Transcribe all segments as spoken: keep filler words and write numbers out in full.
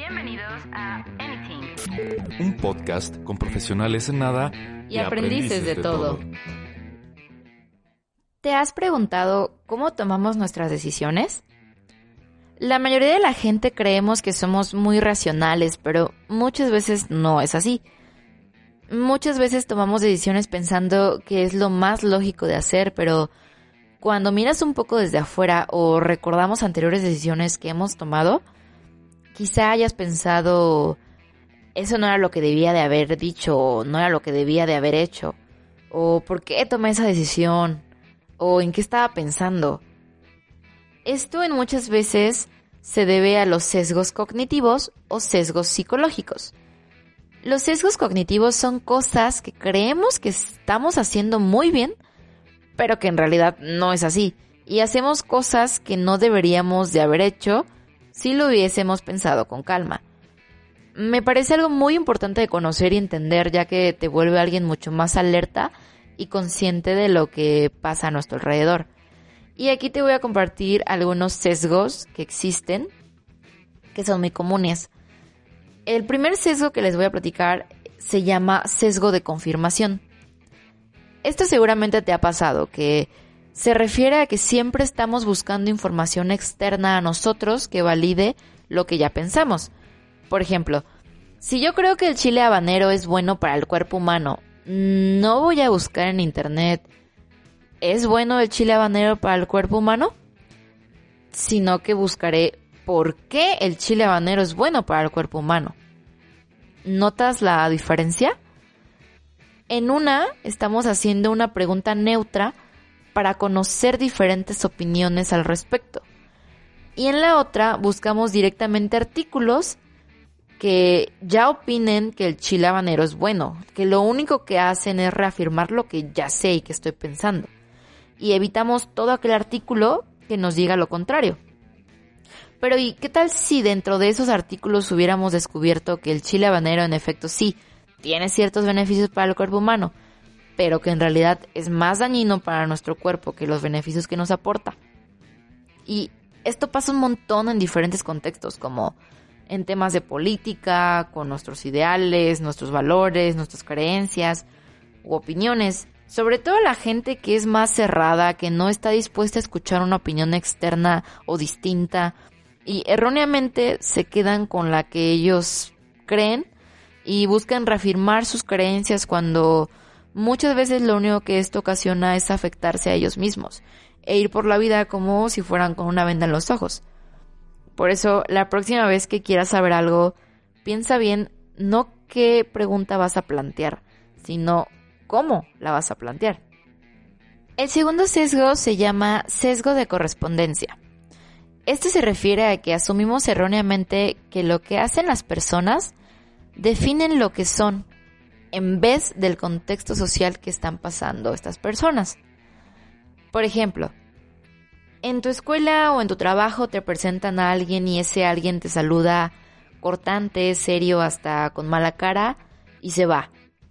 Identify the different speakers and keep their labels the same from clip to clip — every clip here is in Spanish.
Speaker 1: Bienvenidos a Anything,
Speaker 2: un podcast con profesionales en nada
Speaker 3: y, y aprendices, aprendices de, de todo. todo. ¿Te has preguntado cómo tomamos nuestras decisiones? La mayoría de la gente creemos que somos muy racionales, pero muchas veces no es así. Muchas veces tomamos decisiones pensando que es lo más lógico de hacer, pero cuando miras un poco desde afuera o recordamos anteriores decisiones que hemos tomado, quizá hayas pensado, eso no era lo que debía de haber dicho, o no era lo que debía de haber hecho, o ¿por qué tomé esa decisión? O ¿en qué estaba pensando? Esto en muchas veces se debe a los sesgos cognitivos o sesgos psicológicos. Los sesgos cognitivos son cosas que creemos que estamos haciendo muy bien, pero que en realidad no es así, y hacemos cosas que no deberíamos de haber hecho si lo hubiésemos pensado con calma. Me parece algo muy importante de conocer y entender, ya que te vuelve alguien mucho más alerta y consciente de lo que pasa a nuestro alrededor. Y aquí te voy a compartir algunos sesgos que existen, que son muy comunes. El primer sesgo que les voy a platicar se llama sesgo de confirmación. Esto seguramente te ha pasado, que se refiere a que siempre estamos buscando información externa a nosotros que valide lo que ya pensamos. Por ejemplo, si yo creo que el chile habanero es bueno para el cuerpo humano, no voy a buscar en internet, ¿es bueno el chile habanero para el cuerpo humano? Sino que buscaré por qué el chile habanero es bueno para el cuerpo humano. ¿Notas la diferencia? En una, estamos haciendo una pregunta neutra para conocer diferentes opiniones al respecto. Y en la otra, buscamos directamente artículos que ya opinen que el chile habanero es bueno, que lo único que hacen es reafirmar lo que ya sé y que estoy pensando. Y evitamos todo aquel artículo que nos diga lo contrario. Pero ¿y qué tal si dentro de esos artículos hubiéramos descubierto que el chile habanero en efecto sí tiene ciertos beneficios para el cuerpo humano, pero que en realidad es más dañino para nuestro cuerpo que los beneficios que nos aporta? Y esto pasa un montón en diferentes contextos, como en temas de política, con nuestros ideales, nuestros valores, nuestras creencias u opiniones. Sobre todo la gente que es más cerrada, que no está dispuesta a escuchar una opinión externa o distinta, y erróneamente se quedan con la que ellos creen y buscan reafirmar sus creencias cuando muchas veces lo único que esto ocasiona es afectarse a ellos mismos e ir por la vida como si fueran con una venda en los ojos. Por eso, la próxima vez que quieras saber algo, piensa bien no qué pregunta vas a plantear, sino cómo la vas a plantear. El segundo sesgo se llama sesgo de correspondencia. Este se refiere a que asumimos erróneamente que lo que hacen las personas definen lo que son, en vez del contexto social que están pasando estas personas. Por ejemplo, en tu escuela o en tu trabajo te presentan a alguien y ese alguien te saluda cortante, serio, hasta con mala cara y se va.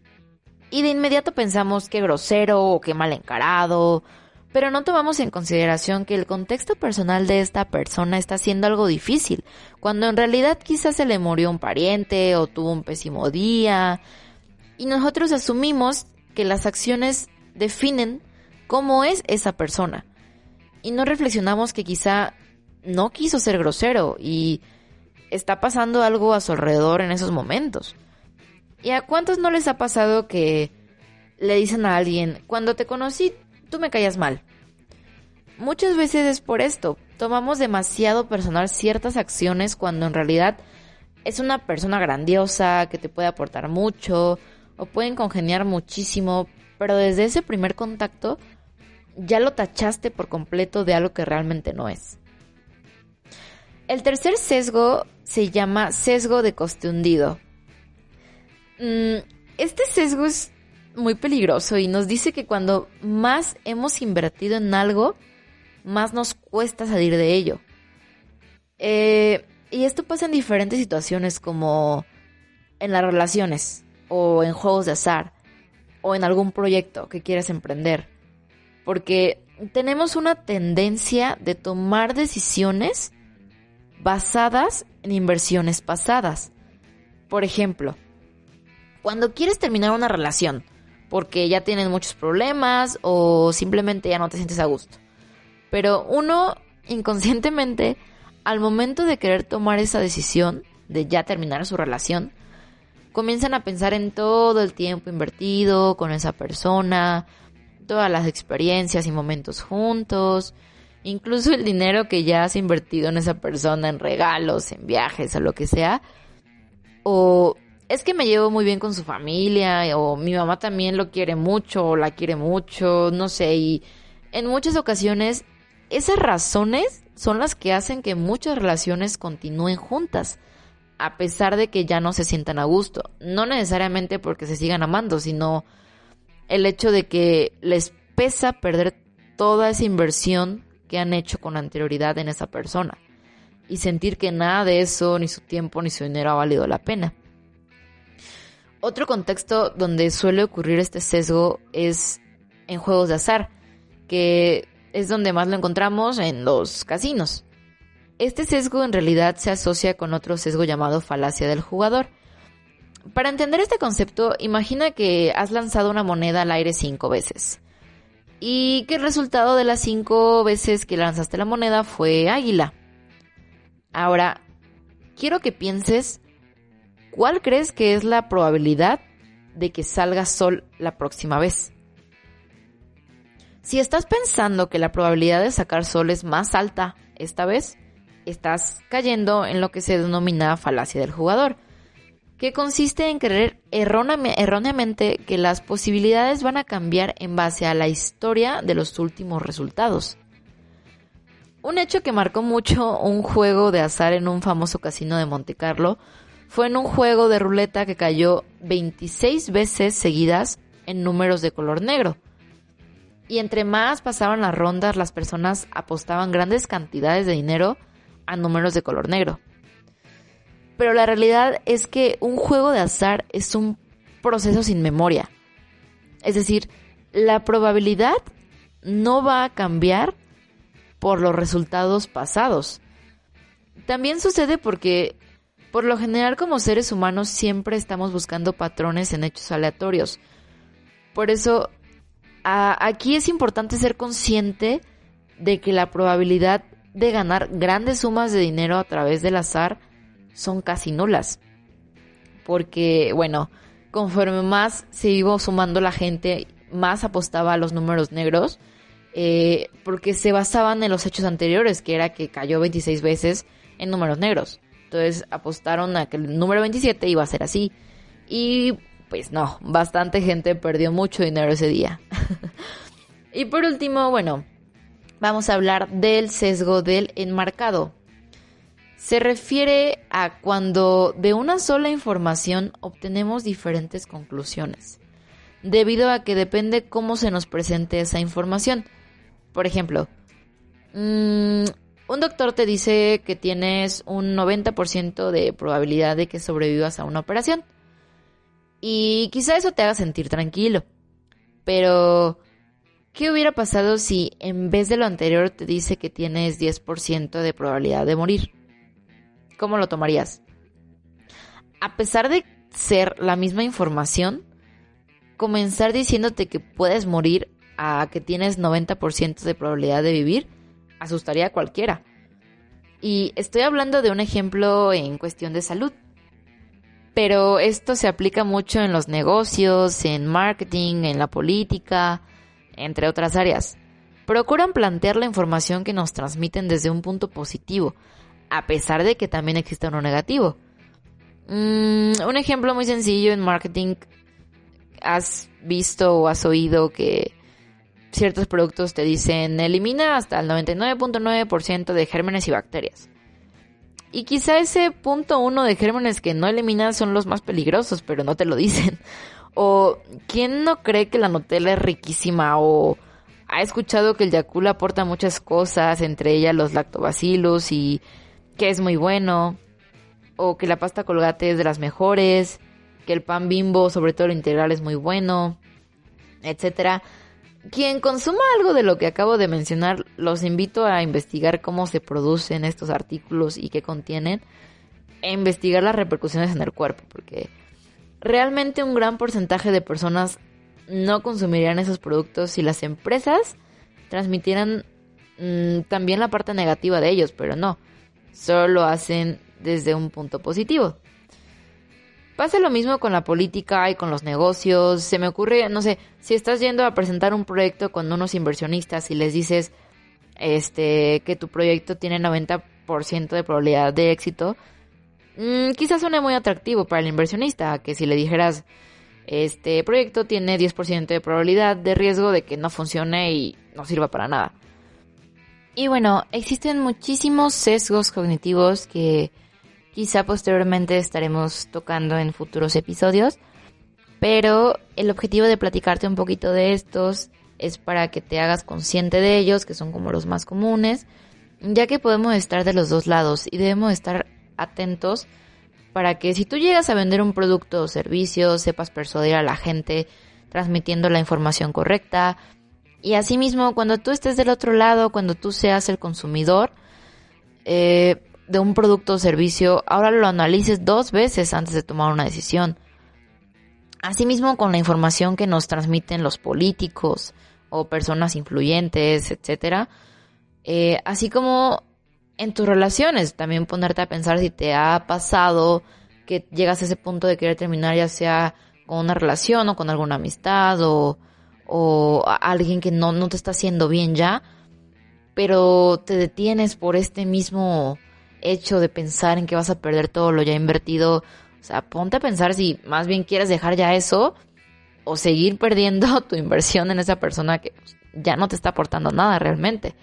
Speaker 3: Y de inmediato pensamos qué grosero o qué mal encarado, pero no tomamos en consideración que el contexto personal de esta persona está siendo algo difícil, cuando en realidad quizás se le murió un pariente o tuvo un pésimo día, y nosotros asumimos que las acciones definen cómo es esa persona, y no reflexionamos que quizá no quiso ser grosero y está pasando algo a su alrededor en esos momentos. ¿Y a cuántos no les ha pasado que le dicen a alguien, cuando te conocí, tú me caías mal? Muchas veces es por esto, tomamos demasiado personal ciertas acciones cuando en realidad es una persona grandiosa que te puede aportar mucho o pueden congeniar muchísimo, pero desde ese primer contacto ya lo tachaste por completo de algo que realmente no es. El tercer sesgo se llama sesgo de coste hundido. Este sesgo es muy peligroso y nos dice que cuando más hemos invertido en algo, más nos cuesta salir de ello. Eh, y esto pasa en diferentes situaciones, como en las relaciones, o en juegos de azar, o en algún proyecto que quieras emprender. Porque tenemos una tendencia de tomar decisiones basadas en inversiones pasadas. Por ejemplo, cuando quieres terminar una relación porque ya tienes muchos problemas o simplemente ya no te sientes a gusto, pero uno inconscientemente, al momento de querer tomar esa decisión de ya terminar su relación, comienzan a pensar en todo el tiempo invertido con esa persona, todas las experiencias y momentos juntos, incluso el dinero que ya has invertido en esa persona, en regalos, en viajes o lo que sea. O es que me llevo muy bien con su familia, o mi mamá también lo quiere mucho, o la quiere mucho, no sé. Y en muchas ocasiones esas razones son las que hacen que muchas relaciones continúen juntas, a pesar de que ya no se sientan a gusto. No necesariamente porque se sigan amando, sino el hecho de que les pesa perder toda esa inversión que han hecho con anterioridad en esa persona y sentir que nada de eso, ni su tiempo, ni su dinero ha valido la pena. Otro contexto donde suele ocurrir este sesgo es en juegos de azar, que es donde más lo encontramos en los casinos. Este sesgo en realidad se asocia con otro sesgo llamado falacia del jugador. Para entender este concepto, imagina que has lanzado una moneda al aire cinco veces y que el resultado de las cinco veces que lanzaste la moneda fue águila. Ahora, quiero que pienses, ¿cuál crees que es la probabilidad de que salga sol la próxima vez? Si estás pensando que la probabilidad de sacar sol es más alta esta vez, estás cayendo en lo que se denomina falacia del jugador, que consiste en creer erróneamente que las posibilidades van a cambiar en base a la historia de los últimos resultados. Un hecho que marcó mucho un juego de azar en un famoso casino de Monte Carlo fue en un juego de ruleta que cayó veintiséis veces seguidas en números de color negro. Y entre más pasaban las rondas, las personas apostaban grandes cantidades de dinero a números de color negro. Pero la realidad es que un juego de azar es un proceso sin memoria. Es decir, la probabilidad no va a cambiar por los resultados pasados. También sucede porque, por lo general, como seres humanos siempre estamos buscando patrones en hechos aleatorios. Por eso, a, aquí es importante ser consciente de que la probabilidad de ganar grandes sumas de dinero a través del azar son casi nulas. Porque, bueno, conforme más se iba sumando la gente, más apostaba a los números negros, eh, porque se basaban en los hechos anteriores, que era que cayó veintiséis veces en números negros. Entonces apostaron a que el número veintisiete iba a ser así. Y pues no, bastante gente perdió mucho dinero ese día. Y por último, bueno, vamos a hablar del sesgo del enmarcado. Se refiere a cuando de una sola información obtenemos diferentes conclusiones, debido a que depende cómo se nos presente esa información. Por ejemplo, mmm, un doctor te dice que tienes un noventa por ciento de probabilidad de que sobrevivas a una operación. Y quizá eso te haga sentir tranquilo. Pero, ¿qué hubiera pasado si en vez de lo anterior te dice que tienes diez por ciento de probabilidad de morir? ¿Cómo lo tomarías? A pesar de ser la misma información, comenzar diciéndote que puedes morir a que tienes noventa por ciento de probabilidad de vivir, asustaría a cualquiera. Y estoy hablando de un ejemplo en cuestión de salud. Pero esto se aplica mucho en los negocios, en marketing, en la política, entre otras áreas. Procuran plantear la información que nos transmiten desde un punto positivo, a pesar de que también exista uno negativo. Mm, un ejemplo muy sencillo en marketing: has visto o has oído que ciertos productos te dicen elimina hasta el noventa y nueve punto nueve por ciento de gérmenes y bacterias. Y quizá ese punto uno de gérmenes que no eliminas son los más peligrosos, pero no te lo dicen. O ¿quién no cree que la Nutella es riquísima? O ha escuchado que el Yakult aporta muchas cosas, entre ellas los lactobacillus, y que es muy bueno. O que la pasta Colgate es de las mejores, que el pan Bimbo, sobre todo el integral, es muy bueno, etcétera. quien consuma algo de lo que acabo de mencionar, los invito a investigar cómo se producen estos artículos y qué contienen, e investigar las repercusiones en el cuerpo, porque realmente un gran porcentaje de personas no consumirían esos productos si las empresas transmitieran mmm, también la parte negativa de ellos, pero no, solo lo hacen desde un punto positivo. Pasa lo mismo con la política y con los negocios. Se me ocurre, no sé, si estás yendo a presentar un proyecto con unos inversionistas y les dices este que tu proyecto tiene noventa por ciento de probabilidad de éxito, mmm, quizás suene muy atractivo para el inversionista, que si le dijeras este proyecto tiene diez por ciento de probabilidad de riesgo de que no funcione y no sirva para nada. Y bueno, existen muchísimos sesgos cognitivos que quizá posteriormente estaremos tocando en futuros episodios, pero el objetivo de platicarte un poquito de estos es para que te hagas consciente de ellos, que son como los más comunes, ya que podemos estar de los dos lados y debemos estar atentos para que si tú llegas a vender un producto o servicio, sepas persuadir a la gente transmitiendo la información correcta. Y asimismo, cuando tú estés del otro lado, cuando tú seas el consumidor eh, de un producto o servicio, ahora lo analices dos veces antes de tomar una decisión. Asimismo, con la información que nos transmiten los políticos o personas influyentes, etcétera, eh, así como en tus relaciones, también ponerte a pensar si te ha pasado que llegas a ese punto de querer terminar, ya sea con una relación o con alguna amistad o, o a alguien que no, no te está haciendo bien ya, pero te detienes por este mismo hecho de pensar en que vas a perder todo lo ya invertido. O sea, ponte a pensar si más bien quieres dejar ya eso o seguir perdiendo tu inversión en esa persona que ya no te está aportando nada realmente.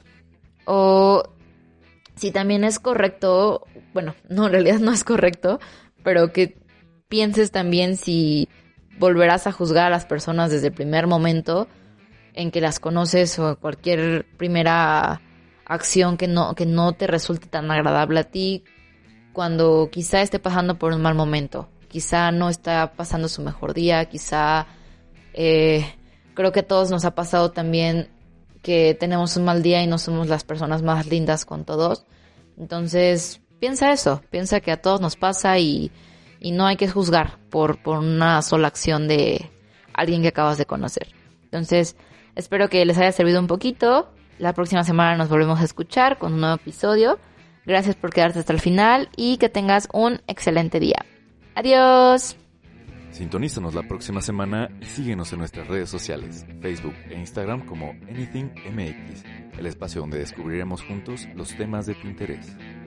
Speaker 3: O si también es correcto, bueno, no, en realidad no es correcto, pero que pienses también si volverás a juzgar a las personas desde el primer momento en que las conoces o cualquier primera acción que no, que no te resulte tan agradable a ti, cuando quizá esté pasando por un mal momento, quizá no está pasando su mejor día, quizá eh, creo que a todos nos ha pasado también que tenemos un mal día y no somos las personas más lindas con todos. Entonces, piensa eso, piensa que a todos nos pasa y, y no hay que juzgar por, por una sola acción de alguien que acabas de conocer. Entonces, espero que les haya servido un poquito. La próxima semana nos volvemos a escuchar con un nuevo episodio. Gracias por quedarte hasta el final y que tengas un excelente día. Adiós.
Speaker 2: Sintonízanos la próxima semana y síguenos en nuestras redes sociales, Facebook e Instagram como AnythingMX, el espacio donde descubriremos juntos los temas de tu interés.